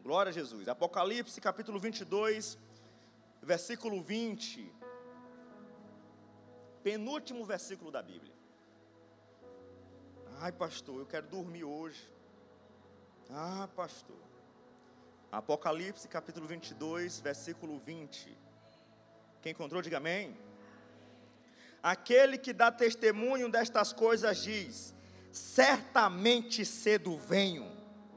Glória a Jesus. Apocalipse capítulo 22, versículo 20. Penúltimo versículo da Bíblia. Ai, pastor, eu quero dormir hoje. Ah, pastor. Apocalipse capítulo 22, versículo 20. Quem encontrou, diga amém. Aquele que dá testemunho destas coisas diz: certamente cedo venho.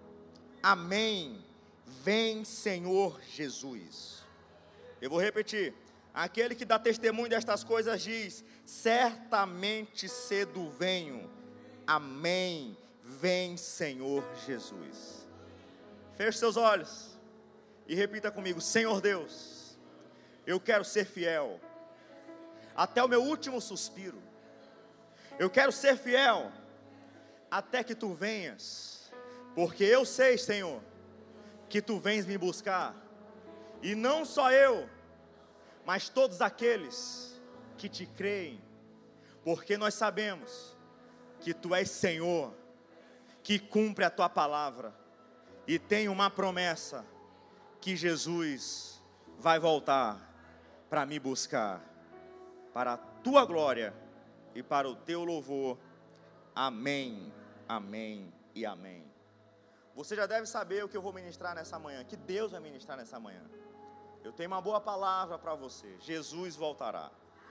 Amém. Vem, Senhor Jesus. Eu vou repetir. Aquele que dá testemunho destas coisas diz: certamente cedo venho. Amém. Vem, Senhor Jesus. Feche seus olhos e repita comigo: Senhor Deus, eu quero ser fiel até o meu último suspiro. Eu quero ser fiel até que Tu venhas, porque eu sei, Senhor, que Tu vens me buscar. E não só eu, mas todos aqueles que Te creem, porque nós sabemos que Tu és Senhor, que cumpre a Tua palavra, e tem uma promessa, que Jesus vai voltar para me buscar, para a Tua glória e para o Teu louvor. Amém, amém e amém. Você já deve saber o que eu vou ministrar nessa manhã, que Deus vai ministrar nessa manhã. Eu tenho uma boa palavra para você: Jesus voltará.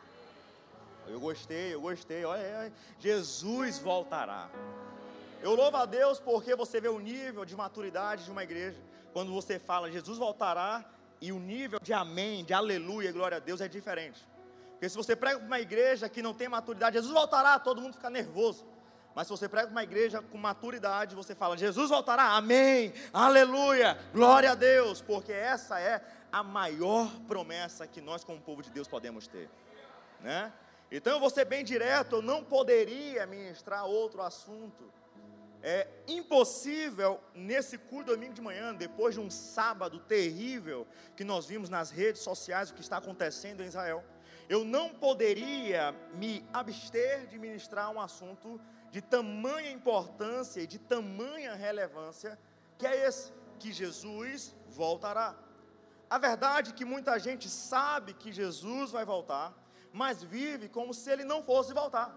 Eu gostei, olha, Jesus voltará. Eu louvo a Deus porque você vê o nível de maturidade de uma igreja, quando você fala Jesus voltará, e o nível de amém, de aleluia, glória a Deus é diferente. Porque se você prega para uma igreja que não tem maturidade, Jesus voltará, todo mundo fica nervoso. Mas se você prega para uma igreja com maturidade, você fala Jesus voltará, amém, aleluia, glória a Deus, porque essa é a maior promessa que nós como povo de Deus podemos ter, né? Então eu vou ser bem direto, eu não poderia ministrar outro assunto. É impossível nesse culto domingo de manhã, depois de um sábado terrível que nós vimos nas redes sociais, o que está acontecendo em Israel, eu não poderia me abster de ministrar um assunto de tamanha importância e de tamanha relevância, que é esse, que Jesus voltará. A verdade é que muita gente sabe que Jesus vai voltar, mas vive como se Ele não fosse voltar.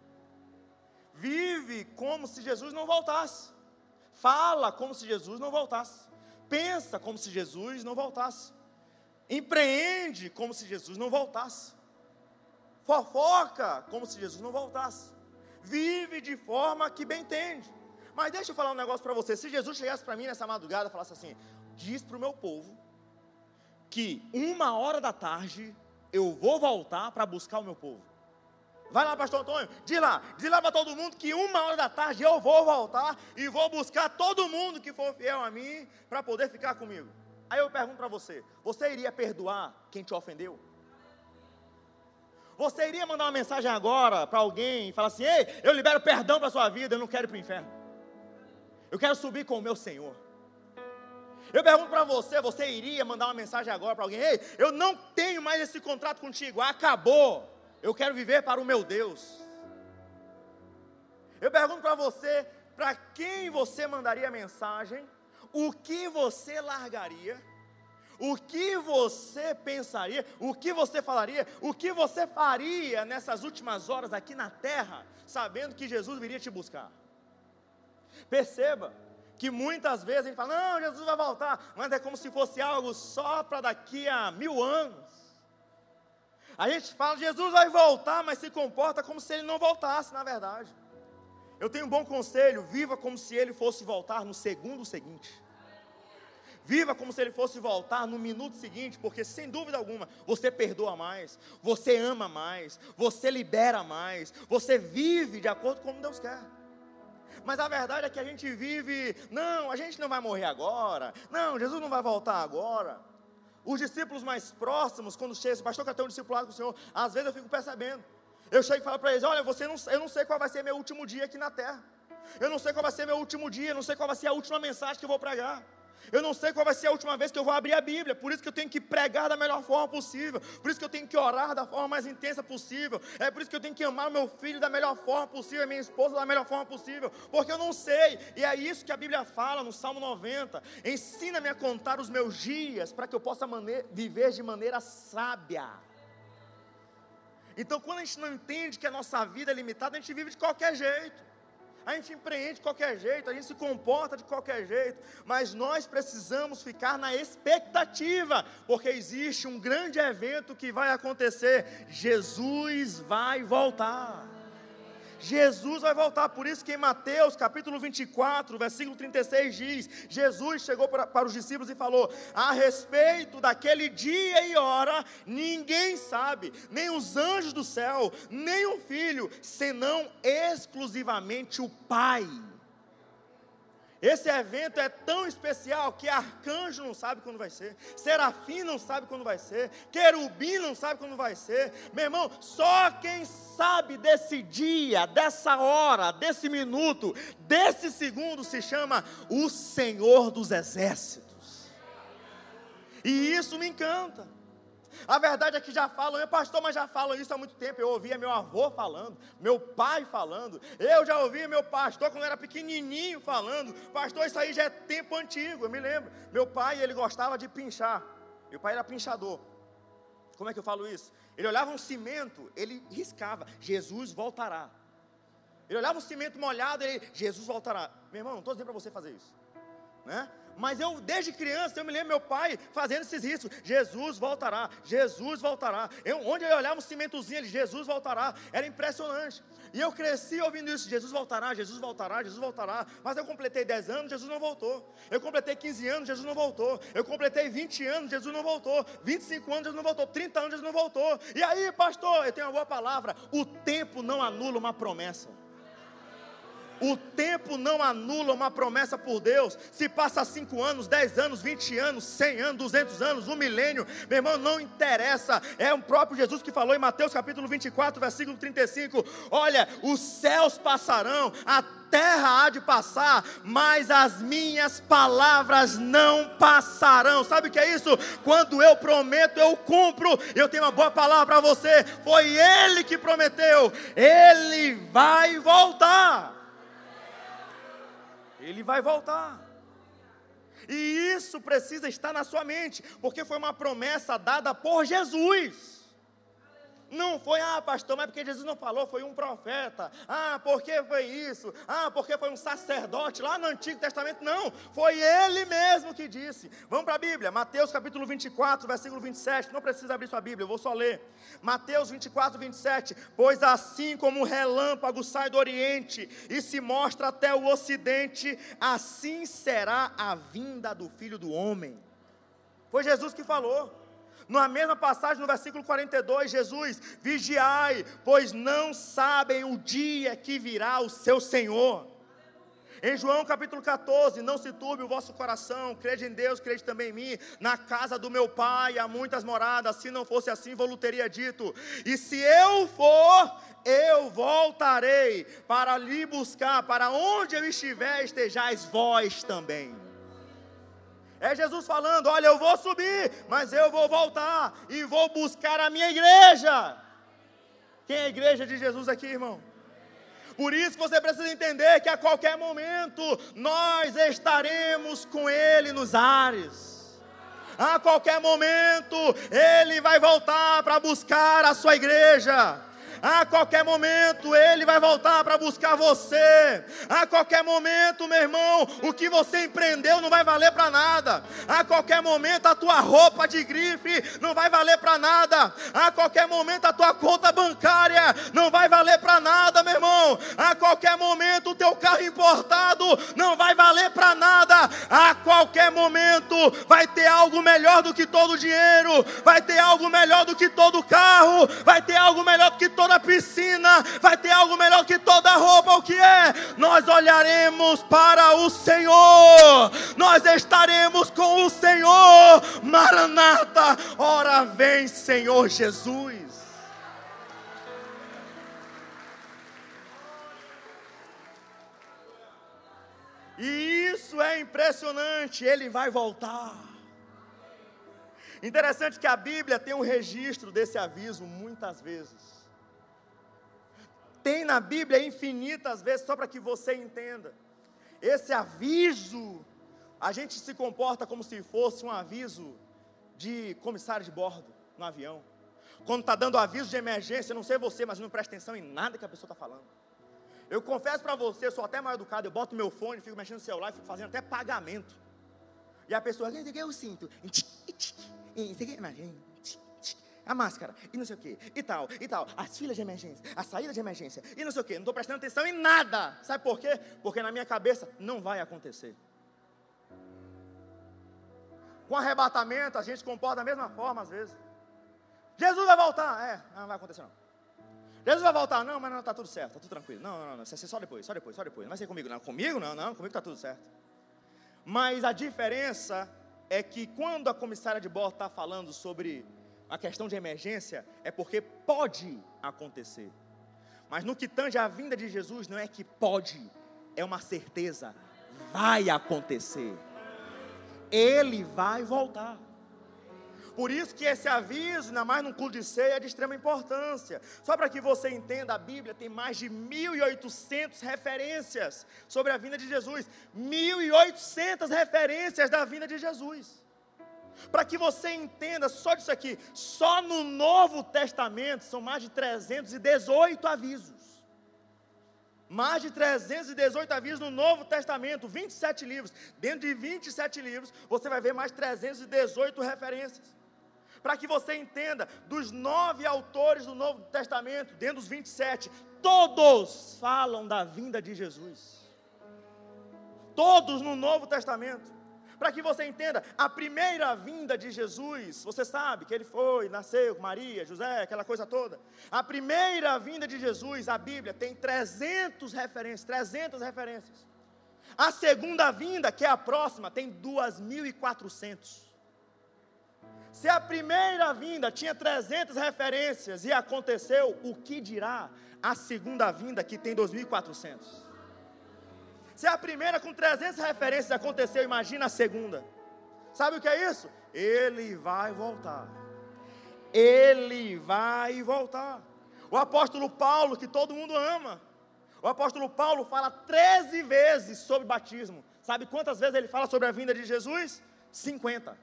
Vive como se Jesus não voltasse. Fala como se Jesus não voltasse. Pensa como se Jesus não voltasse. Empreende como se Jesus não voltasse. Fofoca como se Jesus não voltasse. Vive de forma que bem entende. Mas deixa eu falar um negócio para você. Se Jesus chegasse para mim nessa madrugada e falasse assim: diz para o meu povo que 1h eu vou voltar para buscar o meu povo. Vai lá, pastor Antônio, diz lá para todo mundo que 1h eu vou voltar e vou buscar todo mundo que for fiel a mim para poder ficar comigo. Aí eu pergunto para você: você iria perdoar quem te ofendeu? Você iria mandar uma mensagem agora para alguém e falar assim: ei, eu libero perdão para a sua vida, eu não quero ir para o inferno, eu quero subir com o meu Senhor? Eu pergunto para você: você iria mandar uma mensagem agora para alguém: ei, eu não tenho mais esse contrato contigo, acabou, eu quero viver para o meu Deus? Eu pergunto para você: para quem você mandaria mensagem? O que você largaria? O que você pensaria? O que você falaria? O que você faria nessas últimas horas aqui na terra, sabendo que Jesus viria te buscar? Perceba que muitas vezes a gente fala: não, Jesus vai voltar, mas é como se fosse algo só para daqui a 1000 anos. A gente fala: Jesus vai voltar, mas se comporta como se Ele não voltasse, na verdade. Eu tenho um bom conselho: viva como se Ele fosse voltar no segundo seguinte. Viva como se Ele fosse voltar no minuto seguinte, porque sem dúvida alguma, você perdoa mais, você ama mais, você libera mais, você vive de acordo com como Deus quer. Mas a verdade é que a gente vive: não, a gente não vai morrer agora, não, Jesus não vai voltar agora. Os discípulos mais próximos, quando chegam: pastor, quer ter um discipulado com o Senhor? Às vezes eu fico percebendo, eu chego e falo para eles: olha, eu não sei qual vai ser meu último dia aqui na terra, eu não sei qual vai ser meu último dia, eu não sei qual vai ser a última mensagem que eu vou pregar. Eu não sei qual vai ser a última vez que eu vou abrir a Bíblia. Por isso que eu tenho que pregar da melhor forma possível. Por isso que eu tenho que orar da forma mais intensa possível. É por isso que eu tenho que amar o meu filho da melhor forma possível, a minha esposa da melhor forma possível. Porque eu não sei. E é isso que a Bíblia fala no Salmo 90. Ensina-me a contar os meus dias, para que eu possa viver de maneira sábia. Então, quando a gente não entende que a nossa vida é limitada, a gente vive de qualquer jeito. A gente empreende de qualquer jeito, a gente se comporta de qualquer jeito, mas nós precisamos ficar na expectativa, porque existe um grande evento que vai acontecer. Jesus vai voltar. Jesus vai voltar. Por isso que em Mateus capítulo 24, versículo 36 diz, Jesus chegou para os discípulos e falou: a respeito daquele dia e hora, ninguém sabe, nem os anjos do céu, nem o Filho, senão exclusivamente o Pai. Esse evento é tão especial que arcanjo não sabe quando vai ser, serafim não sabe quando vai ser, querubim não sabe quando vai ser. Meu irmão, só quem sabe desse dia, dessa hora, desse minuto, desse segundo se chama o Senhor dos Exércitos. E isso me encanta. A verdade é que já falam, pastor, mas já falam isso há muito tempo. Eu ouvia meu avô falando, meu pai falando, eu já ouvia meu pastor quando era pequenininho falando. Pastor, isso aí já é tempo antigo, eu me lembro. Meu pai, ele gostava de pinchar, meu pai era pinchador. Como é que eu falo isso? Ele olhava um cimento, ele riscava, Jesus voltará. Ele olhava um cimento molhado, ele, Jesus voltará. Meu irmão, não estou dizendo para você fazer isso, né? Mas eu, desde criança, eu me lembro meu pai fazendo esses riscos: Jesus voltará, Jesus voltará. Onde eu olhava um cimentozinho, ele, Jesus voltará. Era impressionante. E eu cresci ouvindo isso: Jesus voltará, Jesus voltará, Jesus voltará. Mas eu completei 10 anos, Jesus não voltou. Eu completei 15 anos, Jesus não voltou. Eu completei 20 anos, Jesus não voltou. 25 anos, Jesus não voltou. 30 anos, Jesus não voltou. E aí, pastor, eu tenho uma boa palavra: o tempo não anula uma promessa. O tempo não anula uma promessa por Deus. Se passa 5 anos, 10 anos, 20 anos, 100 anos, 200 anos, 1 milênio, meu irmão, não interessa. É o próprio Jesus que falou em Mateus capítulo 24, versículo 35. Olha, os céus passarão, a terra há de passar, mas as minhas palavras não passarão. Sabe o que é isso? Quando eu prometo, eu cumpro. Eu tenho uma boa palavra para você: foi Ele que prometeu, Ele vai voltar. Ele vai voltar. E isso precisa estar na sua mente, porque foi uma promessa dada por Jesus. Não foi, pastor, mas porque Jesus não falou, foi um profeta. Porque foi isso? Porque foi um sacerdote lá no Antigo Testamento. Não, foi Ele mesmo que disse. Vamos para a Bíblia, Mateus capítulo 24, versículo 27. Não precisa abrir sua Bíblia, eu vou só ler. Mateus 24, 27. Pois assim como o relâmpago sai do Oriente e se mostra até o Ocidente, assim será a vinda do Filho do Homem. Foi Jesus que falou. Na mesma passagem, no versículo 42, Jesus: vigiai, pois não sabem o dia que virá o seu Senhor. Em João capítulo 14, não se turbe o vosso coração, crede em Deus, crede também em mim. Na casa do meu Pai há muitas moradas, se não fosse assim, vou-lhe teria dito. E se eu for, eu voltarei para lhe buscar, para onde eu estiver, estejais vós também. É Jesus falando: olha, eu vou subir, mas eu vou voltar e vou buscar a minha igreja. Quem é a igreja de Jesus aqui, irmão? Por isso que você precisa entender que a qualquer momento nós estaremos com Ele nos ares. A qualquer momento Ele vai voltar para buscar a sua igreja. A qualquer momento Ele vai voltar para buscar você. A qualquer momento, meu irmão, o que você empreendeu não vai valer para nada. A qualquer momento a tua roupa de grife não vai valer para nada. A qualquer momento a tua conta bancária não vai valer para nada, meu irmão. A qualquer momento o teu carro importado não vai valer para nada. A qualquer momento vai ter algo melhor do que todo o dinheiro. Vai ter algo melhor do que todo o carro. Vai ter algo melhor do que toda a piscina, vai ter algo melhor que toda a roupa. O que é? Nós olharemos para o Senhor, nós estaremos com o Senhor. Maranata, ora vem Senhor Jesus. E isso é impressionante, ele vai voltar. Interessante que a Bíblia tem um registro desse aviso muitas vezes. Tem na Bíblia infinitas vezes, só para que você entenda. Esse aviso, a gente se comporta como se fosse um aviso de comissário de bordo no avião. Quando está dando aviso de emergência, não sei você, mas não presta atenção em nada que a pessoa está falando. Eu confesso para você, eu sou até mal educado, eu boto meu fone, fico mexendo no celular, fico fazendo até pagamento. E a pessoa, eu sinto, a máscara, e não sei o que, e tal, as filas de emergência, a saída de emergência, e não sei o que, não estou prestando atenção em nada. Sabe por quê? Porque na minha cabeça não vai acontecer. Com arrebatamento, a gente se comporta da mesma forma às vezes. Jesus vai voltar, não vai acontecer não. Jesus vai voltar, não, mas não, está tudo certo, está tudo tranquilo, não, vai ser só depois, não vai ser comigo, não, comigo está tudo certo. Mas a diferença é que quando a comissária de bordo está falando sobre a questão de emergência, é porque pode acontecer. Mas no que tange a vinda de Jesus, não é que pode, é uma certeza, vai acontecer. Ele vai voltar. Por isso que esse aviso, ainda mais num culto de ceia, é de extrema importância. Só para que você entenda, a Bíblia tem mais de 1.800 referências sobre a vinda de Jesus. 1.800 referências da vinda de Jesus. Para que você entenda só disso aqui, só no Novo Testamento são mais de 318 avisos. Mais de 318 avisos no Novo Testamento, 27 livros. Dentro de 27 livros, você vai ver mais 318 referências. Para que você entenda, dos 9 autores do Novo Testamento, dentro dos 27, todos falam da vinda de Jesus. Todos no Novo Testamento. Para que você entenda, a primeira vinda de Jesus, você sabe que ele foi, nasceu com Maria, José, aquela coisa toda. A primeira vinda de Jesus, a Bíblia tem 300 referências. A segunda vinda, que é a próxima, tem 2.400. Se a primeira vinda tinha 300 referências e aconteceu, o que dirá a segunda vinda, que tem 2.400? Se a primeira com 300 referências aconteceu, imagina a segunda. Sabe o que é isso? Ele vai voltar. Ele vai voltar. O apóstolo Paulo, que todo mundo ama, o apóstolo Paulo fala 13 vezes sobre batismo. Sabe quantas vezes ele fala sobre a vinda de Jesus? 50.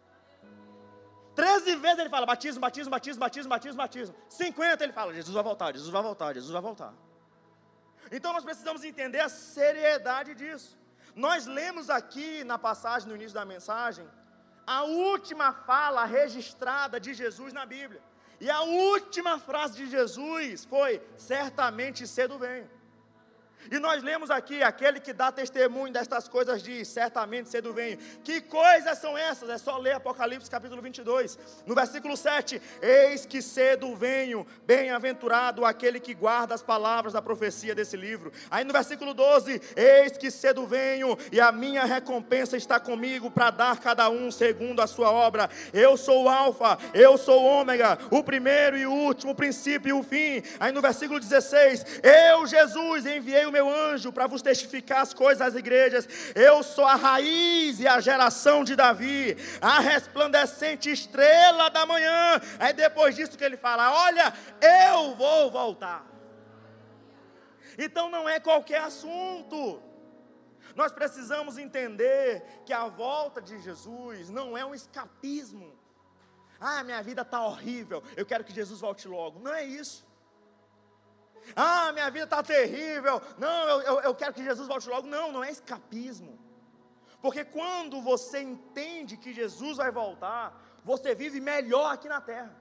13 vezes ele fala batismo. 50 ele fala, Jesus vai voltar. Então nós precisamos entender a seriedade disso. Nós lemos aqui na passagem, no início da mensagem, a última fala registrada de Jesus na Bíblia. E a última frase de Jesus foi, certamente cedo venho. E nós lemos aqui, aquele que dá testemunho destas coisas diz, certamente cedo venho. Que coisas são essas? É só ler Apocalipse capítulo 22, no versículo 7. Eis que cedo venho, bem-aventurado aquele que guarda as palavras da profecia desse livro. Aí no versículo 12, eis que cedo venho, e a minha recompensa está comigo, para dar cada um segundo a sua obra. Eu sou o Alfa, eu sou o Ômega, o primeiro e o último, o princípio e o fim. Aí no versículo 16, eu, Jesus, enviei o meu anjo para vos testificar as coisas das igrejas. Eu sou a raiz e a geração de Davi, a resplandecente estrela da manhã. Aí depois disso que ele fala, olha, eu vou voltar. Então não é qualquer assunto. Nós precisamos entender que a volta de Jesus não é um escapismo. Minha vida está horrível, eu quero que Jesus volte logo. Não é isso. Minha vida está terrível, não, eu quero que Jesus volte logo. Não é escapismo. Porque quando você entende que Jesus vai voltar, você vive melhor aqui na terra.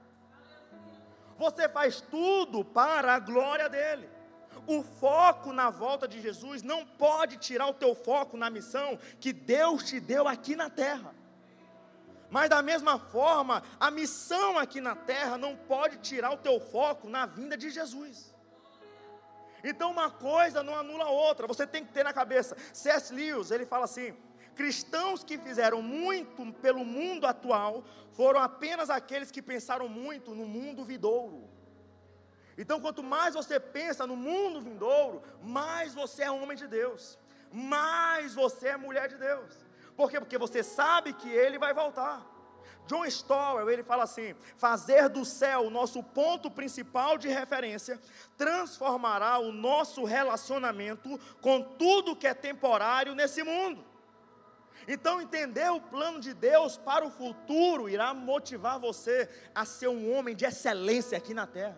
Você faz tudo para a glória dele. O foco na volta de Jesus não pode tirar o teu foco na missão que Deus te deu aqui na terra. Mas da mesma forma, a missão aqui na terra não pode tirar o teu foco na vinda de Jesus. Então uma coisa não anula a outra, você tem que ter na cabeça. C.S. Lewis, ele fala assim, cristãos que fizeram muito pelo mundo atual, foram apenas aqueles que pensaram muito no mundo vindouro. Então quanto mais você pensa no mundo vindouro, mais você é homem de Deus, mais você é mulher de Deus. Por quê? Porque você sabe que Ele vai voltar. John Stott, ele fala assim: fazer do céu o nosso ponto principal de referência transformará o nosso relacionamento com tudo que é temporário nesse mundo. Então entender o plano de Deus para o futuro irá motivar você a ser um homem de excelência aqui na terra.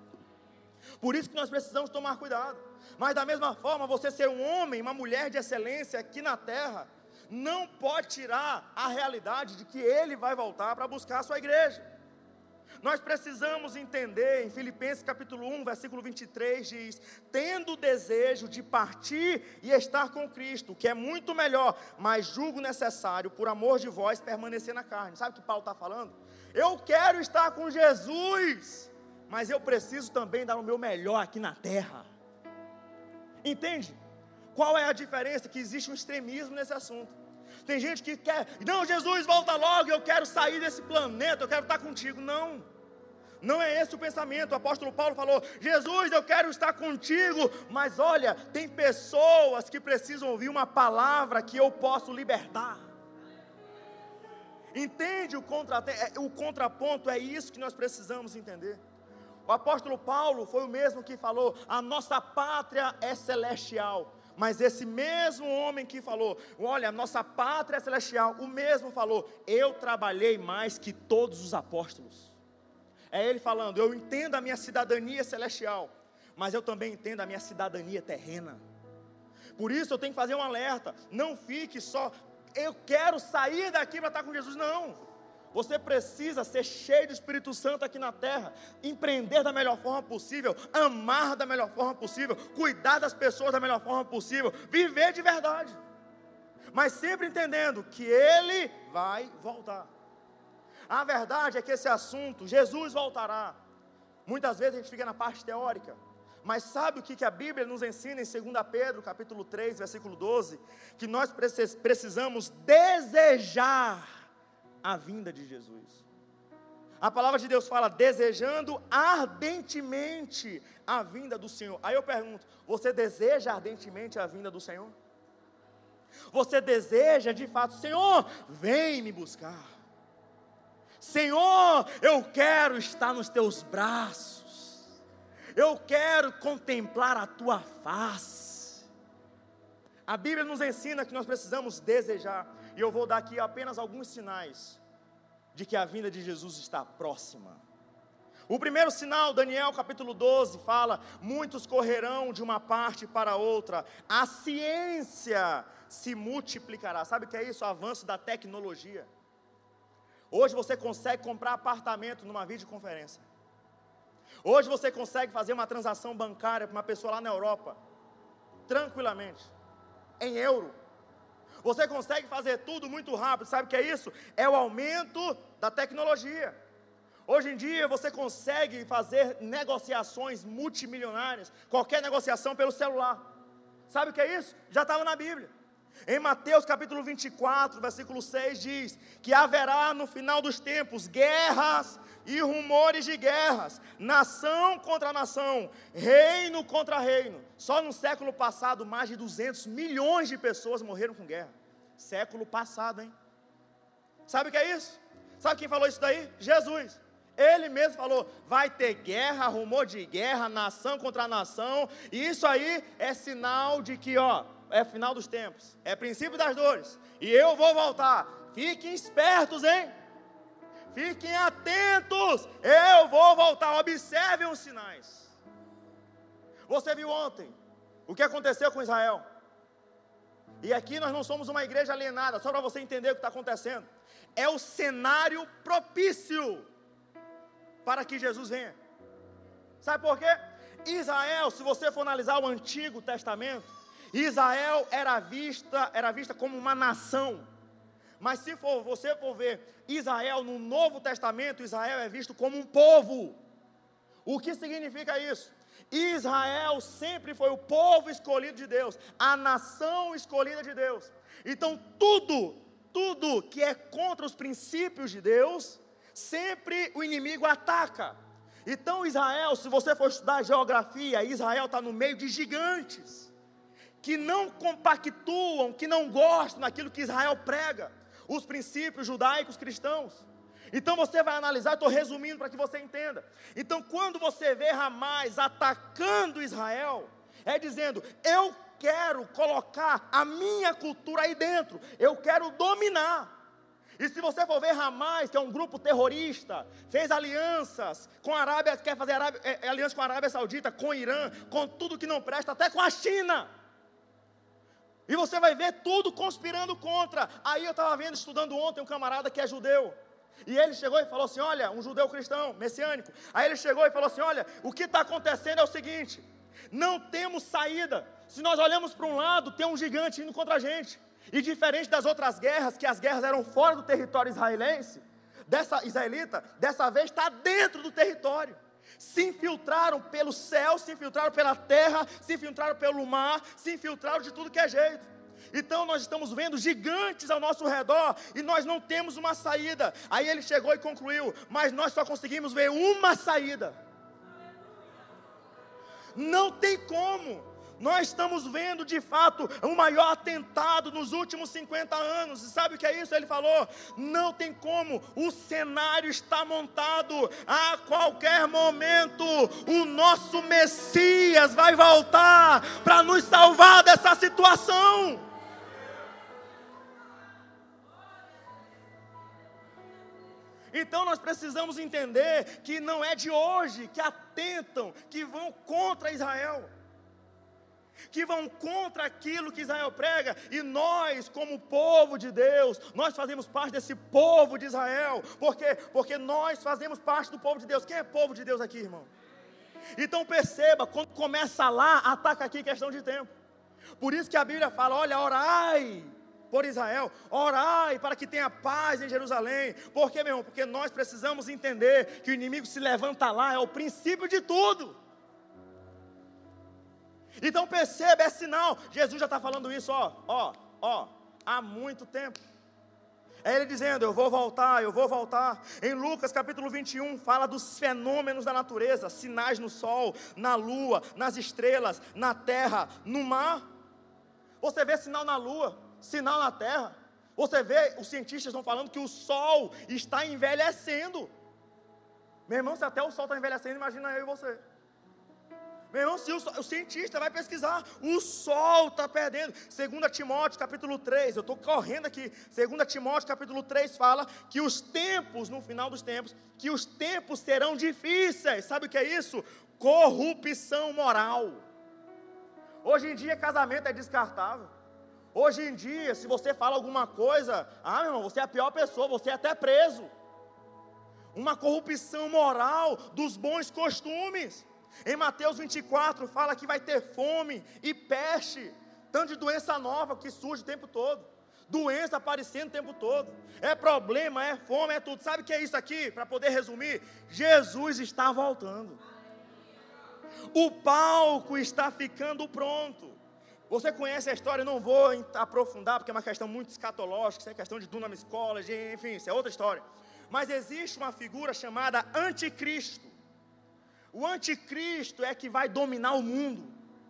Por isso que nós precisamos tomar cuidado. Mas da mesma forma, você ser um homem, uma mulher de excelência aqui na terra, não pode tirar a realidade de que Ele vai voltar para buscar a sua igreja. Nós precisamos entender, em Filipenses capítulo 1, versículo 23, diz: tendo o desejo de partir e estar com Cristo, que é muito melhor, mas julgo necessário, por amor de vós, permanecer na carne. Sabe o que Paulo está falando? Eu quero estar com Jesus, mas eu preciso também dar o meu melhor aqui na terra. Entende? Qual é a diferença? Que existe um extremismo nesse assunto. Tem gente que quer, não, Jesus, volta logo, eu quero sair desse planeta, eu quero estar contigo. Não é esse o pensamento. O apóstolo Paulo falou: Jesus, eu quero estar contigo, mas olha, tem pessoas que precisam ouvir uma palavra que eu posso libertar. Entende o contraponto? É isso que nós precisamos entender. O apóstolo Paulo foi o mesmo que falou: a nossa pátria é celestial. Mas esse mesmo homem que falou, olha, a nossa pátria é celestial, o mesmo falou: eu trabalhei mais que todos os apóstolos. É ele falando: eu entendo a minha cidadania celestial, mas eu também entendo a minha cidadania terrena. Por isso eu tenho que fazer um alerta: não fique só, eu quero sair daqui para estar com Jesus. Não. Você precisa ser cheio do Espírito Santo aqui na terra, empreender da melhor forma possível, amar da melhor forma possível, cuidar das pessoas da melhor forma possível, viver de verdade, mas sempre entendendo que Ele vai voltar. A verdade é que esse assunto, Jesus voltará, muitas vezes a gente fica na parte teórica, mas sabe o que a Bíblia nos ensina em 2 Pedro, capítulo 3, versículo 12? Que nós precisamos desejar a vinda de Jesus. A palavra de Deus fala: desejando ardentemente a vinda do Senhor. Aí eu pergunto: você deseja ardentemente a vinda do Senhor? Você deseja de fato: Senhor, vem me buscar. Senhor, eu quero estar nos teus braços. Eu quero contemplar a tua face. A Bíblia nos ensina que nós precisamos desejar. E eu vou dar aqui apenas alguns sinais de que a vinda de Jesus está próxima. O primeiro sinal, Daniel capítulo 12, fala: muitos correrão de uma parte para outra, a ciência se multiplicará. Sabe o que é isso? O avanço da tecnologia. Hoje você consegue comprar apartamento numa videoconferência. Hoje você consegue fazer uma transação bancária para uma pessoa lá na Europa, tranquilamente, em euro. Você consegue fazer tudo muito rápido. Sabe o que é isso? É o aumento da tecnologia. Hoje em dia você consegue fazer negociações multimilionárias, qualquer negociação pelo celular. Sabe o que é isso? Já estava na Bíblia. Em Mateus capítulo 24, versículo 6 diz que haverá no final dos tempos guerras e rumores de guerras, nação contra nação, reino contra reino. Só no século passado, mais de 200 milhões de pessoas morreram com guerra. Século passado, hein? Sabe o que é isso? Sabe quem falou isso daí? Jesus. Ele mesmo falou: vai ter guerra, rumor de guerra, nação contra nação. E isso aí é sinal de que, é final dos tempos, é princípio das dores, e eu vou voltar. Fiquem espertos, hein? Fiquem atentos, eu vou voltar. Observem os sinais. Você viu ontem o que aconteceu com Israel? E aqui nós não somos uma igreja alienada, só para você entender o que está acontecendo. É o cenário propício para que Jesus venha. Sabe por quê? Israel, se você for analisar o Antigo Testamento, Israel era vista como uma nação. Mas se você for ver Israel no Novo Testamento, Israel é visto como um povo. O que significa isso? Israel sempre foi o povo escolhido de Deus, a nação escolhida de Deus. Então tudo que é contra os princípios de Deus, sempre o inimigo ataca. Então Israel, se você for estudar geografia, Israel está no meio de gigantes. que não compactuam, que não gostam daquilo que Israel prega, os princípios judaicos cristãos. Então você vai analisar, estou resumindo para que você entenda. Então quando você vê Hamás atacando Israel, é dizendo, eu quero colocar a minha cultura aí dentro, eu quero dominar. E se você for ver Hamás, que é um grupo terrorista, fez alianças com a Arábia, quer fazer aliança com a Arábia Saudita, com o Irã, com tudo que não presta, até com a China. E você vai ver tudo conspirando contra. Aí eu estava vendo, estudando ontem, um camarada que é judeu. E ele chegou e falou assim, olha, um judeu cristão, messiânico. Aí ele chegou e falou assim, olha, o que está acontecendo é o seguinte, não temos saída. Se nós olhamos para um lado, tem um gigante indo contra a gente. E diferente das outras guerras, que as guerras eram fora do território israelense, israelita, dessa vez está dentro do território. Se infiltraram pelo céu, se infiltraram pela terra, se infiltraram pelo mar, se infiltraram de tudo que é jeito. Então nós estamos vendo gigantes ao nosso redor e nós não temos uma saída. Aí ele chegou e concluiu, mas nós só conseguimos ver uma saída. Não tem como. Nós estamos vendo de fato o maior atentado nos últimos 50 anos. E sabe o que é isso? Ele falou, não tem como, o cenário está montado. A qualquer momento o nosso Messias vai voltar para nos salvar dessa situação. Então nós precisamos entender que não é de hoje que atentam, que vão contra Israel, que vão contra aquilo que Israel prega, e nós, como povo de Deus, nós fazemos parte desse povo de Israel. Por quê? Porque nós fazemos parte do povo de Deus. Quem é povo de Deus aqui, irmão? Então perceba, quando começa lá, ataca aqui, questão de tempo. Por isso que a Bíblia fala, olha, orai por Israel, orai para que tenha paz em Jerusalém. Por quê, meu irmão? Porque nós precisamos entender que o inimigo se levanta lá, é o princípio de tudo. Então perceba, é sinal. Jesus já está falando isso, há muito tempo. É ele dizendo, eu vou voltar. Em Lucas capítulo 21, fala dos fenômenos da natureza, sinais no sol, na lua, nas estrelas, na terra, no mar. Você vê sinal na lua, sinal na terra. Você vê, os cientistas estão falando que o sol está envelhecendo. Meu irmão, se até o sol está envelhecendo, imagina eu e você. Meu irmão, se o cientista vai pesquisar, o sol está perdendo. 2 Timóteo capítulo 3, eu estou correndo aqui. 2 Timóteo capítulo 3 fala que os tempos, no final dos tempos, que os tempos serão difíceis. Sabe o que é isso? Corrupção moral. Hoje em dia casamento é descartável. Hoje em dia, se você fala alguma coisa, meu irmão, você é a pior pessoa, você é até preso. Uma corrupção moral dos bons costumes. Em Mateus 24 fala que vai ter fome e peste, tanto de doença nova que surge o tempo todo, doença aparecendo o tempo todo, é problema, é fome, é tudo. Sabe o que é isso aqui? Para poder resumir, Jesus está voltando, o palco está ficando pronto. Você conhece a história, eu não vou aprofundar, porque é uma questão muito escatológica, isso é questão de Dunamis College, enfim, isso é outra história. Mas existe uma figura chamada Anticristo. O anticristo é que vai dominar o mundo.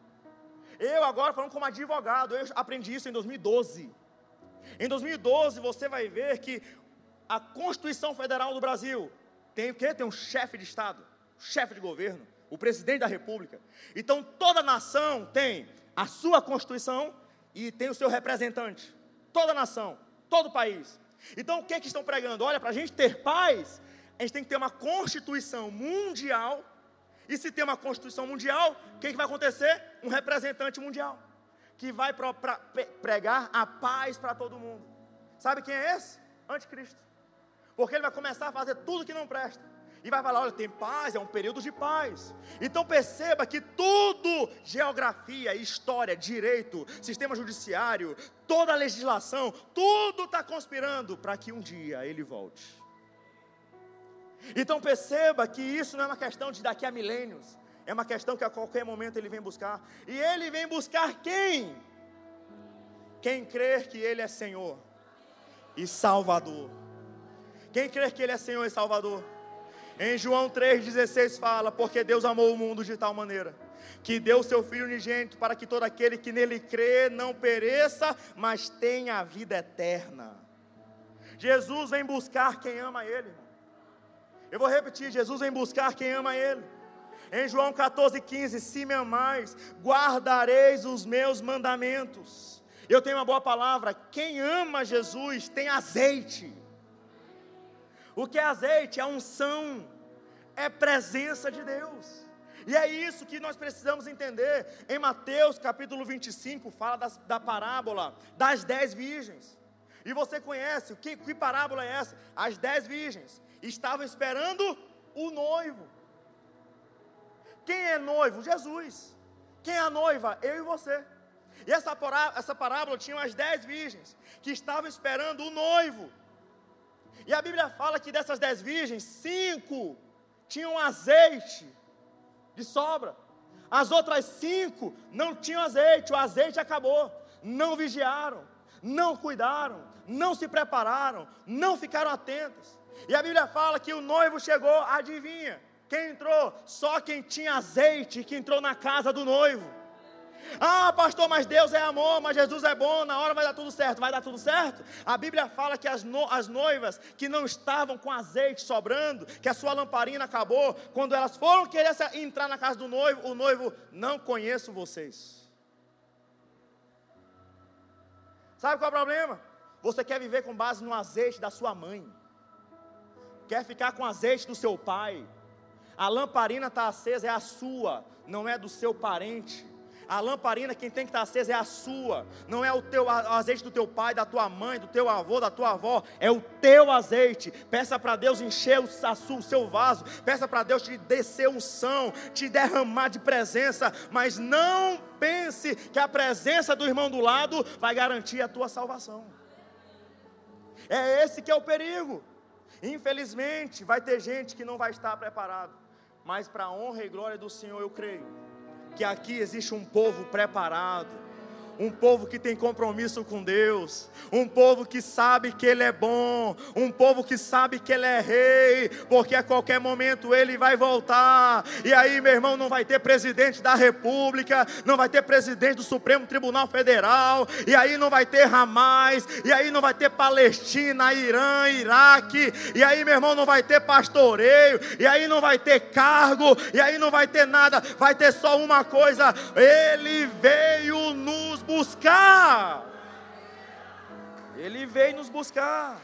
Eu agora falando como advogado, eu aprendi isso em 2012. Em 2012 você vai ver que a Constituição Federal do Brasil tem o quê? Tem um chefe de Estado, chefe de governo, o presidente da República. Então toda nação tem a sua Constituição e tem o seu representante. Toda nação, todo país. Então o que estão pregando? Olha, para a gente ter paz, a gente tem que ter uma Constituição mundial. E se tem uma Constituição mundial, o que vai acontecer? Um representante mundial, que vai pregar a paz para todo mundo. Sabe quem é esse? Anticristo. Porque ele vai começar a fazer tudo que não presta. E vai falar, olha, tem paz, é um período de paz. Então perceba que tudo, geografia, história, direito, sistema judiciário, toda a legislação, tudo está conspirando para que um dia ele volte. Então perceba que isso não é uma questão de daqui a milênios, é uma questão que a qualquer momento ele vem buscar. E ele vem buscar quem? Quem crer que ele é Senhor e Salvador. Quem crer que ele é Senhor e Salvador? Em João 3,16 fala, porque Deus amou o mundo de tal maneira que deu o seu Filho unigênito para que todo aquele que nele crê não pereça, mas tenha a vida eterna. Jesus vem buscar quem ama Ele, irmão. Eu vou repetir, Jesus vem buscar quem ama Ele. Em João 14,15, se me amais, guardareis os meus mandamentos. Eu tenho uma boa palavra, quem ama Jesus tem azeite. O que é azeite? É unção, é presença de Deus. E é isso que nós precisamos entender. Em Mateus capítulo 25, fala da parábola das 10 virgens. E você conhece, que parábola é essa? As 10 virgens estavam esperando o noivo. Quem é noivo? Jesus. Quem é a noiva? Eu e você. E essa parábola tinha as 10 virgens que estavam esperando o noivo. E a Bíblia fala que dessas 10 virgens, 5 tinham azeite de sobra. As outras 5 não tinham azeite, o azeite acabou. Não vigiaram, não cuidaram, não se prepararam, não ficaram atentas. E a Bíblia fala que o noivo chegou, adivinha? Quem entrou? Só quem tinha azeite que entrou na casa do noivo. Ah, pastor, mas Deus é amor, mas Jesus é bom, na hora vai dar tudo certo. Vai dar tudo certo? A Bíblia fala que as noivas que não estavam com azeite sobrando, que a sua lamparina acabou, quando elas foram querer entrar na casa do noivo, o noivo, não conheço vocês. Sabe qual é o problema? Você quer viver com base no azeite da sua mãe, quer ficar com azeite do seu pai. A lamparina está acesa, é a sua, não é do seu parente. A lamparina, quem tem que estar acesa é a sua, não é o azeite do teu pai, da tua mãe, do teu avô, da tua avó, é o teu azeite. Peça para Deus encher o seu vaso, peça para Deus te descer unção, te derramar de presença, mas não pense que a presença do irmão do lado vai garantir a tua salvação. É esse que é o perigo. Infelizmente, vai ter gente que não vai estar preparado, mas para a honra e glória do Senhor, eu creio que aqui existe um povo preparado, um povo que tem compromisso com Deus, um povo que sabe que Ele é bom, um povo que sabe que Ele é rei, porque a qualquer momento Ele vai voltar. E aí, meu irmão, não vai ter presidente da república, não vai ter presidente do Supremo Tribunal Federal, e aí não vai ter Hamas, e aí não vai ter Palestina, Irã, Iraque, e aí, meu irmão, não vai ter pastoreio, e aí não vai ter cargo, e aí não vai ter nada, vai ter só uma coisa: Ele veio nos buscar. Ele veio nos buscar.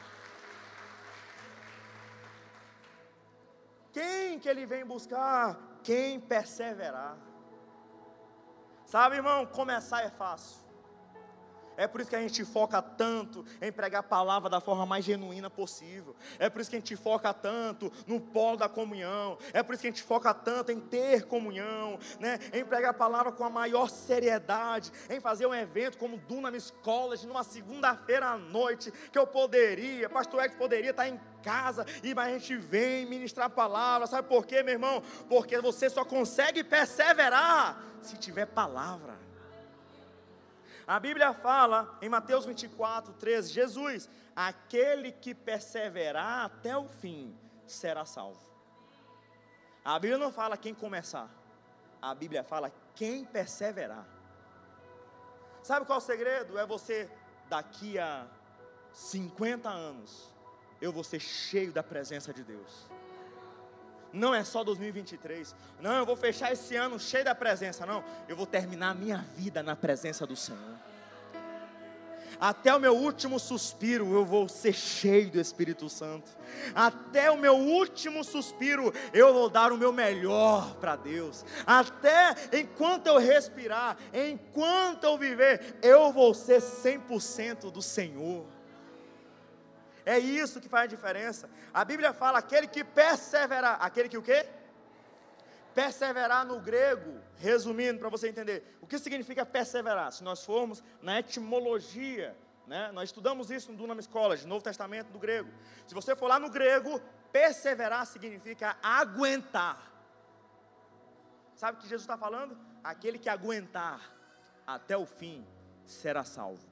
Quem que Ele vem buscar? Quem perseverar. Sabe, irmão, começar é fácil. É por isso que a gente foca tanto em pregar a palavra da forma mais genuína possível. É por isso que a gente foca tanto no polo da comunhão. É por isso que a gente foca tanto em ter comunhão, né? Em pregar a palavra com a maior seriedade. Em fazer um evento como o Dunamis College, numa segunda-feira à noite, que eu poderia, pastor Ed poderia estar em casa, mas a gente vem ministrar a palavra. Sabe por quê, meu irmão? Porque você só consegue perseverar se tiver palavra. A Bíblia fala em Mateus 24, 13, Jesus, aquele que perseverar até o fim, será salvo. A Bíblia não fala quem começar, a Bíblia fala quem perseverar. Sabe qual é o segredo? É você, daqui a 50 anos, eu vou ser cheio da presença de Deus. Não é só 2023, não, eu vou fechar esse ano cheio da presença, não, eu vou terminar a minha vida na presença do Senhor. Até o meu último suspiro eu vou ser cheio do Espírito Santo. Até o meu último suspiro eu vou dar o meu melhor para Deus. Até enquanto eu respirar, enquanto eu viver, eu vou ser 100% do Senhor. É isso que faz a diferença. A Bíblia fala, aquele que perseverar, aquele que o quê? Perseverar no grego, resumindo para você entender, o que significa perseverar? Se nós formos na etimologia, né, nós estudamos isso no Dunamis College, Novo Testamento do grego. Se você for lá no grego, perseverar significa aguentar. Sabe o que Jesus está falando? Aquele que aguentar até o fim será salvo.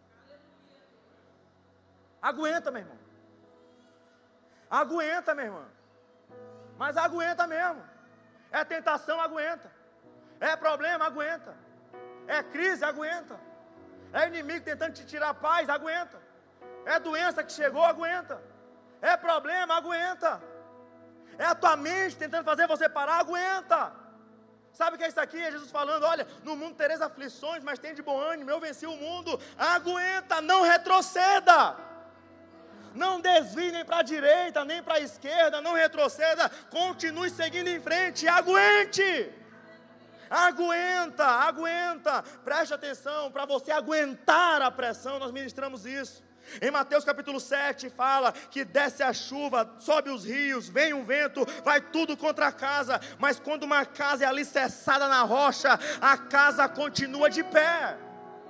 Aguenta, meu irmão. Aguenta, minha irmã. Mas aguenta mesmo. É tentação, aguenta. É problema, aguenta. É crise, aguenta. É inimigo tentando te tirar a paz, aguenta. É doença que chegou, aguenta. É problema, aguenta. É a tua mente tentando fazer você parar, aguenta. Sabe o que é isso aqui? É Jesus falando, olha, no mundo tereis aflições, mas tem de bom ânimo, eu venci o mundo. Aguenta, não retroceda. Não desvie nem para a direita, nem para a esquerda, não retroceda. Continue seguindo em frente, aguente. Aguenta. Preste atenção, para você aguentar a pressão, nós ministramos isso. Em Mateus capítulo 7 fala que desce a chuva, sobe os rios, vem um vento, vai tudo contra a casa, mas quando uma casa é alicerçada na rocha, a casa continua de pé.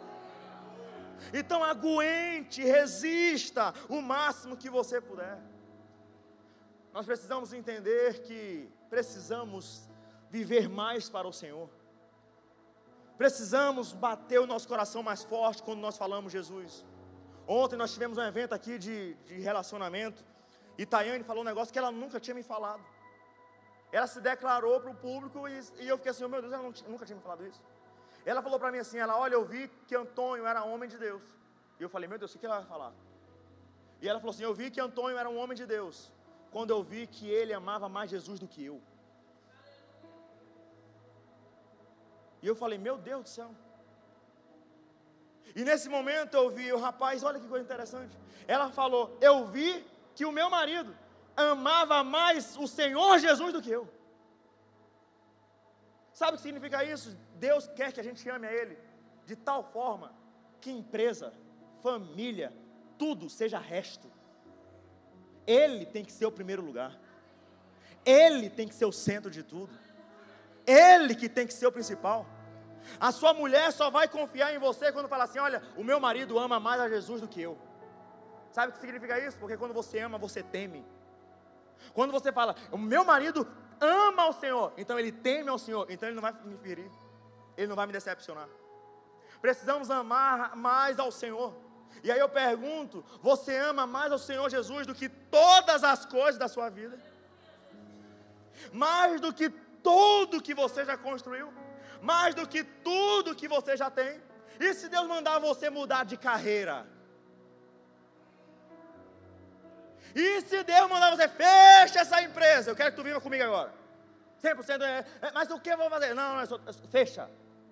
Então aguente, resista o máximo que você puder. Nós precisamos entender que precisamos viver mais para o Senhor. Precisamos bater o nosso coração mais forte quando nós falamos Jesus. Ontem nós tivemos um evento aqui de relacionamento, e Tayane falou um negócio que ela nunca tinha me falado. Ela se declarou para o público, e eu fiquei assim, oh, meu Deus, ela nunca tinha me falado isso. Ela falou para mim assim, olha, eu vi que Antônio era homem de Deus. E eu falei, meu Deus, o que ela vai falar? E ela falou assim, eu vi que Antônio era um homem de Deus, quando eu vi que ele amava mais Jesus do que eu. E eu falei, meu Deus do céu. E nesse momento eu vi o rapaz, olha que coisa interessante. Ela falou, eu vi que o meu marido amava mais o Senhor Jesus do que eu. Sabe o que significa isso? Deus quer que a gente ame a Ele de tal forma que empresa, família, tudo seja resto. Ele tem que ser o primeiro lugar. Ele tem que ser o centro de tudo. Ele que tem que ser o principal. A sua mulher só vai confiar em você quando falar assim, olha, o meu marido ama mais a Jesus do que eu. Sabe o que significa isso? Porque quando você ama, você teme. Quando você fala, o meu marido ama ao Senhor, então ele teme ao Senhor, então ele não vai me ferir, ele não vai me decepcionar. Precisamos amar mais ao Senhor. E aí eu pergunto, você ama mais ao Senhor Jesus do que todas as coisas da sua vida? Mais do que tudo que você já construiu? Mais do que tudo que você já tem? E se Deus mandar você mudar de carreira? E se Deus mandar você, fecha essa empresa, eu quero que tu viva comigo agora, 100% mas o que eu vou fazer? Não, fecha.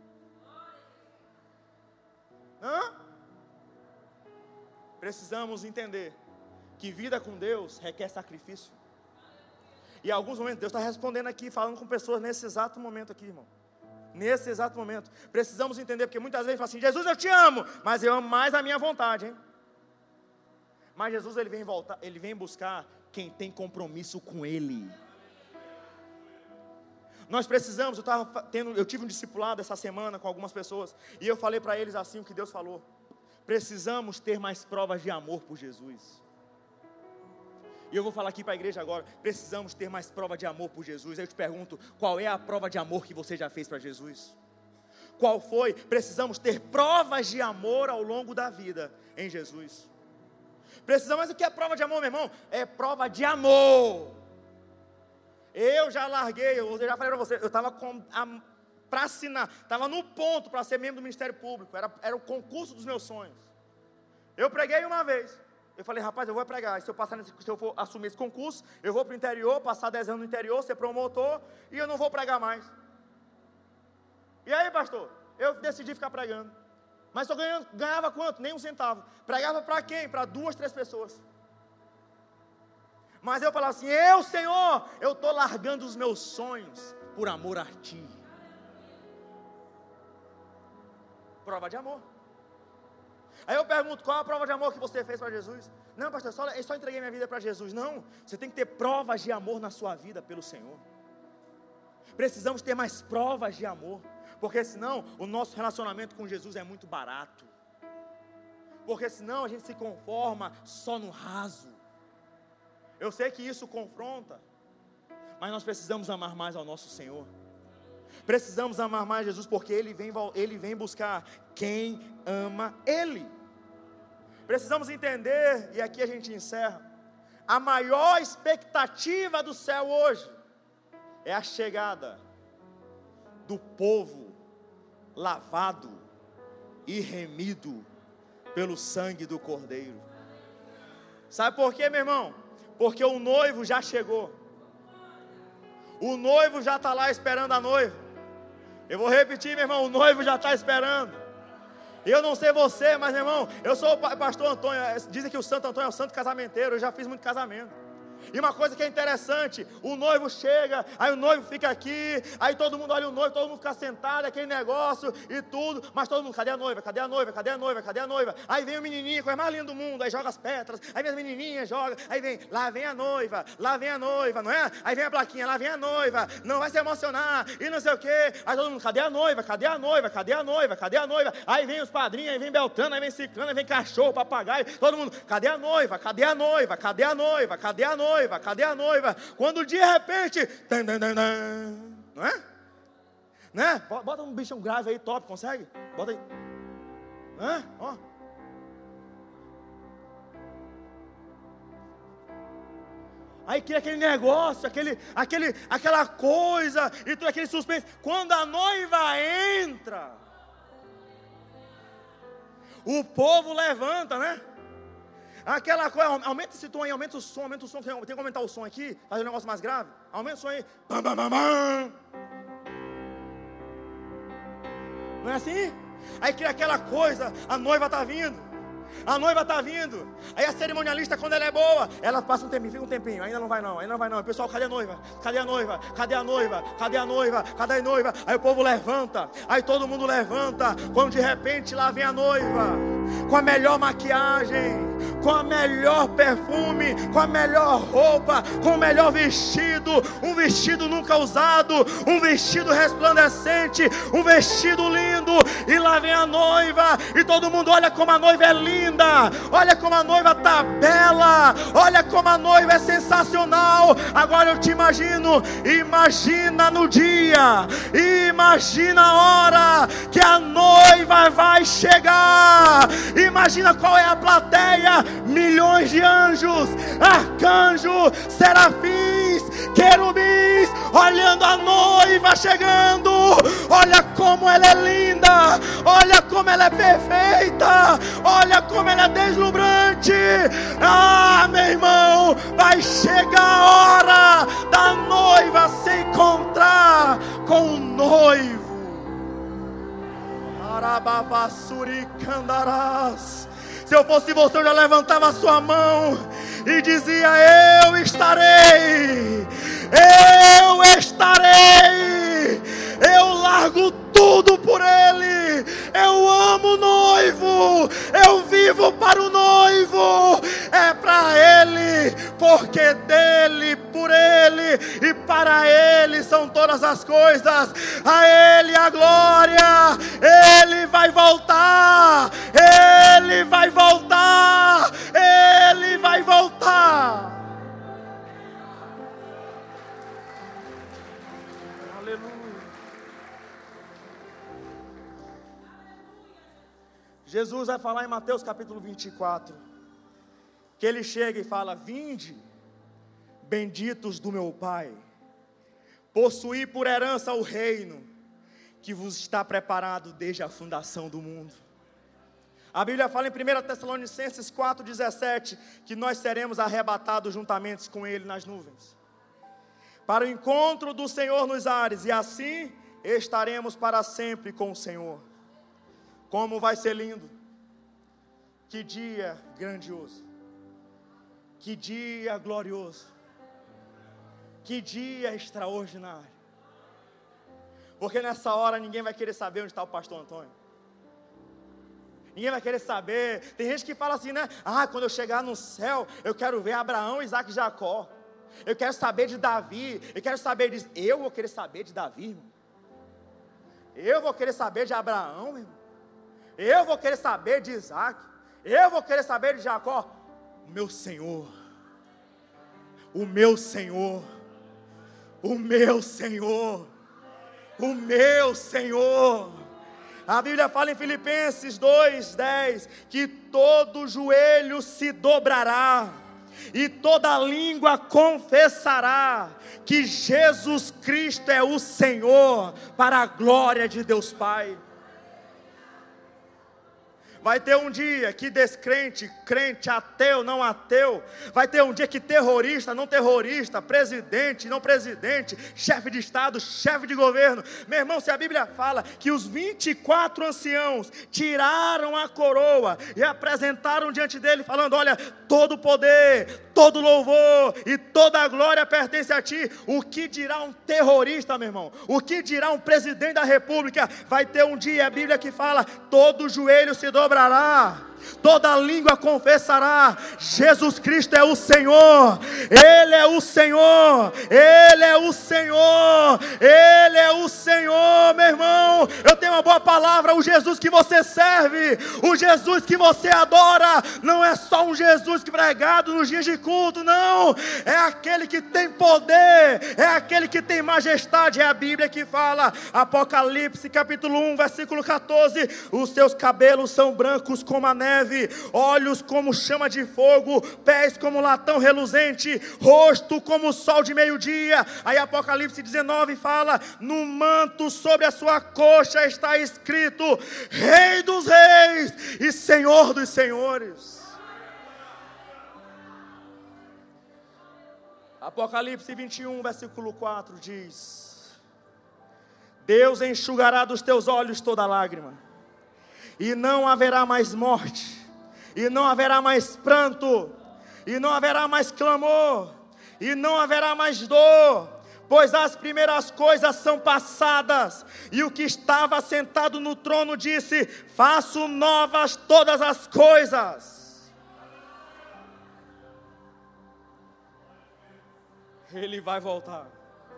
Precisamos entender que vida com Deus requer sacrifício. E em alguns momentos Deus está respondendo aqui, falando com pessoas nesse exato momento aqui, irmão. Nesse exato momento. Precisamos entender, porque muitas vezes fala assim, Jesus, eu te amo, mas eu amo mais a minha vontade, hein? Mas Jesus, ele vem buscar quem tem compromisso com Ele. Nós precisamos, eu tive um discipulado essa semana com algumas pessoas, e eu falei para eles assim o que Deus falou. Precisamos ter mais provas de amor por Jesus. E eu vou falar aqui para a igreja agora, precisamos ter mais prova de amor por Jesus. Aí eu te pergunto, qual é a prova de amor que você já fez para Jesus? Qual foi? Precisamos ter provas de amor ao longo da vida em Jesus. Precisamos, mas o que é prova de amor, meu irmão? É prova de amor. Eu já larguei, eu já falei para você, eu estava para assinar, estava no ponto para ser membro do Ministério Público, era o concurso dos meus sonhos. Eu preguei uma vez, eu falei, rapaz, eu vou pregar, se eu for assumir esse concurso, eu vou para o interior, passar 10 anos no interior, ser promotor, e eu não vou pregar mais. E aí, pastor, eu decidi ficar pregando. Mas só ganhava quanto? Nem um centavo. Pregava para quem? Para 2, 3 pessoas. Mas eu falava assim, Senhor, eu estou largando os meus sonhos por amor a Ti. Prova de amor. Aí eu pergunto, qual é a prova de amor que você fez para Jesus? Não, pastor, eu só entreguei minha vida para Jesus. Não, você tem que ter provas de amor na sua vida pelo Senhor. Precisamos ter mais provas de amor. Porque senão o nosso relacionamento com Jesus é muito barato. Porque senão a gente se conforma só no raso. Eu sei que isso confronta, mas nós precisamos amar mais ao nosso Senhor. Precisamos amar mais Jesus, porque Ele vem buscar quem ama Ele. Precisamos entender, e aqui a gente encerra, a maior expectativa do céu hoje é a chegada do povo lavado e remido pelo sangue do Cordeiro. Sabe por quê, meu irmão? Porque o noivo já chegou. O noivo já está lá esperando a noiva. Eu vou repetir, meu irmão, o noivo já está esperando. Eu não sei você, mas, meu irmão, eu sou o pastor Antônio. Dizem que o Santo Antônio é o santo casamenteiro. Eu já fiz muito casamento. E uma coisa que é interessante, o noivo chega, aí o noivo fica aqui, aí todo mundo olha o noivo, todo mundo fica sentado, aquele negócio e tudo, mas todo mundo, cadê a noiva, cadê a noiva, cadê a noiva, cadê a noiva? Aí vem o menininho, coisa mais linda do mundo, aí joga as pétalas, aí vem as menininhas, joga, aí vem, lá vem a noiva, não é? Aí vem a plaquinha, lá vem a noiva, não vai se emocionar, e não sei o quê, aí todo mundo, cadê a noiva, cadê a noiva, cadê a noiva, cadê a noiva? Aí vem os padrinhos, aí vem Beltrano, aí vem Ciclano, aí vem cachorro, papagaio, todo mundo, cadê a noiva, cadê a noiva, cadê a noiva, cadê a noiva? Cadê a noiva? Quando de repente, não é? Né? Bota um bichão grave aí, top, consegue? Bota aí. Ó. Aí cria aquele negócio, aquela coisa, e tudo aquele suspense. Quando a noiva entra, o povo levanta, né? Aquela coisa, aumenta esse tom aí, aumenta o som, tem que aumentar o som aqui, fazer um negócio mais grave, aumenta o som aí, bam, bam, bam, bam. Não é assim? Aí cria aquela coisa, a noiva está vindo, aí a cerimonialista, quando ela é boa, ela passa um tempinho, fica um tempinho, ainda não vai não, o pessoal, cadê a noiva, cadê a noiva, cadê a noiva, cadê a noiva, cadê a noiva, aí o povo levanta, aí todo mundo levanta, quando de repente lá vem a noiva, com a melhor maquiagem, com a melhor perfume, com a melhor roupa, com o melhor vestido, um vestido nunca usado, um vestido resplandecente, um vestido lindo, e lá vem a noiva, e todo mundo olha como a noiva é linda, olha como a noiva está bela, olha como a noiva é sensacional. Agora eu te imagina no dia, imagina a hora que a noiva vai chegar, imagina qual é a plateia, milhões de anjos, arcanjos, serafins, querubins, olhando a noiva chegando, olha como ela é linda, olha como ela é perfeita, olha como ela é deslumbrante. Meu irmão, vai chegar a hora da noiva se encontrar com o noivo. Se eu fosse você, eu já levantava a sua mão e dizia: eu estarei, eu largo tudo por ele, eu amo o noivo, eu vivo para o noivo, é para ele, porque dele, por ele e para ele são todas as coisas, a ele a glória, ele vai voltar, ele vai voltar, ele vai voltar. Jesus vai falar em Mateus capítulo 24, que ele chega e fala: vinde, benditos do meu Pai, possuí por herança o reino que vos está preparado desde a fundação do mundo. A Bíblia fala em 1 Tessalonicenses 4,17, que nós seremos arrebatados juntamente com ele nas nuvens, para o encontro do Senhor nos ares, e assim estaremos para sempre com o Senhor. Como vai ser lindo, que dia grandioso, que dia glorioso, que dia extraordinário, porque nessa hora ninguém vai querer saber onde está o pastor Antônio, ninguém vai querer saber. Tem gente que fala assim, né? Quando eu chegar no céu, eu quero ver Abraão, Isaac e Jacó, eu quero saber de Davi, eu vou querer saber de Davi, irmão. Eu vou querer saber de Abraão, meu irmão. Eu vou querer saber de Isaac, eu vou querer saber de Jacó. O meu Senhor, o meu Senhor, o meu Senhor, o meu Senhor. A Bíblia fala em Filipenses 2:10, que todo joelho se dobrará e toda língua confessará que Jesus Cristo é o Senhor, para a glória de Deus Pai. Vai ter um dia que descrente, crente, ateu, não ateu. Vai ter um dia que terrorista, não terrorista, presidente, não presidente, chefe de estado, chefe de governo. Meu irmão, se a Bíblia fala que os 24 anciãos tiraram a coroa e apresentaram diante dele, falando: olha, todo poder, todo louvor e toda a glória pertence a ti. O que dirá um terrorista, meu irmão? O que dirá um presidente da república? Vai ter um dia, a Bíblia que fala: todo joelho se dobrará, toda língua confessará, Jesus Cristo é o Senhor, Ele é o Senhor, Ele é o Senhor, Ele é o Senhor. Meu irmão, eu tenho uma boa palavra: o Jesus que você serve, o Jesus que você adora, não é só um Jesus pregado nos dias de culto, não, é aquele que tem poder, é aquele que tem majestade. É a Bíblia que fala, Apocalipse capítulo 1, versículo 14: os seus cabelos são brancos como a neve, olhos como chama de fogo, pés como latão reluzente, rosto como o sol de meio-dia. Aí Apocalipse 19 fala: no manto sobre a sua coxa está escrito: Rei dos Reis e Senhor dos Senhores. Apocalipse 21, versículo 4 diz: Deus enxugará dos teus olhos toda lágrima, e não haverá mais morte, e não haverá mais pranto, e não haverá mais clamor, e não haverá mais dor, pois as primeiras coisas são passadas. E o que estava sentado no trono disse: faço novas todas as coisas. Ele vai voltar.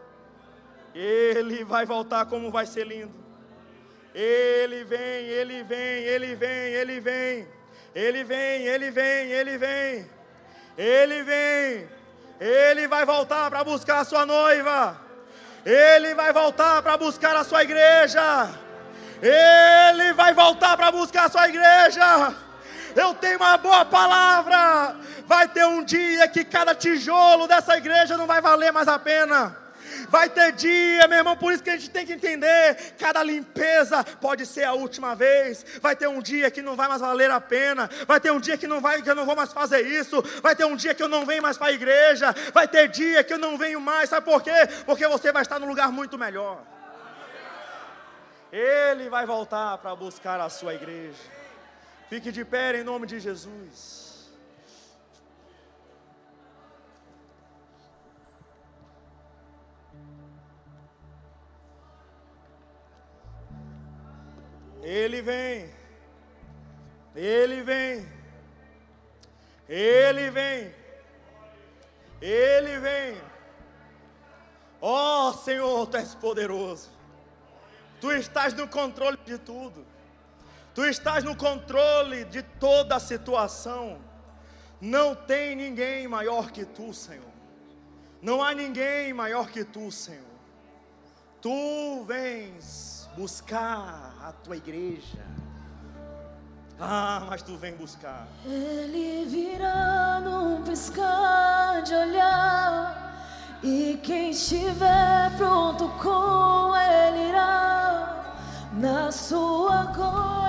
Ele vai voltar. Como vai ser lindo. Ele vem, Ele vem, Ele vem, Ele vem, Ele vem, Ele vem, Ele vem, Ele vem. Ele vai voltar para buscar a sua noiva. Ele vai voltar para buscar a sua igreja. Ele vai voltar para buscar a sua igreja. Eu tenho uma boa palavra. Vai ter um dia que cada tijolo dessa igreja não vai valer mais a pena. Vai ter dia, meu irmão, por isso que a gente tem que entender: cada limpeza pode ser a última vez. Vai ter um dia que não vai mais valer a pena. Vai ter um dia que eu não vou mais fazer isso. Vai ter um dia que eu não venho mais para a igreja. Vai ter dia que eu não venho mais. Sabe por quê? Porque você vai estar num lugar muito melhor. Ele vai voltar para buscar a sua igreja. Fique de pé em nome de Jesus. Ele vem, Ele vem, Ele vem, Ele vem. Ó Senhor, Tu és poderoso, Tu estás no controle de tudo, Tu estás no controle de toda a situação. Não tem ninguém maior que Tu, Senhor. Não há ninguém maior que Tu, Senhor. Tu vens buscar a tua igreja. Mas tu vem buscar. Ele virá num piscar de olhar, e quem estiver pronto com Ele irá na sua glória.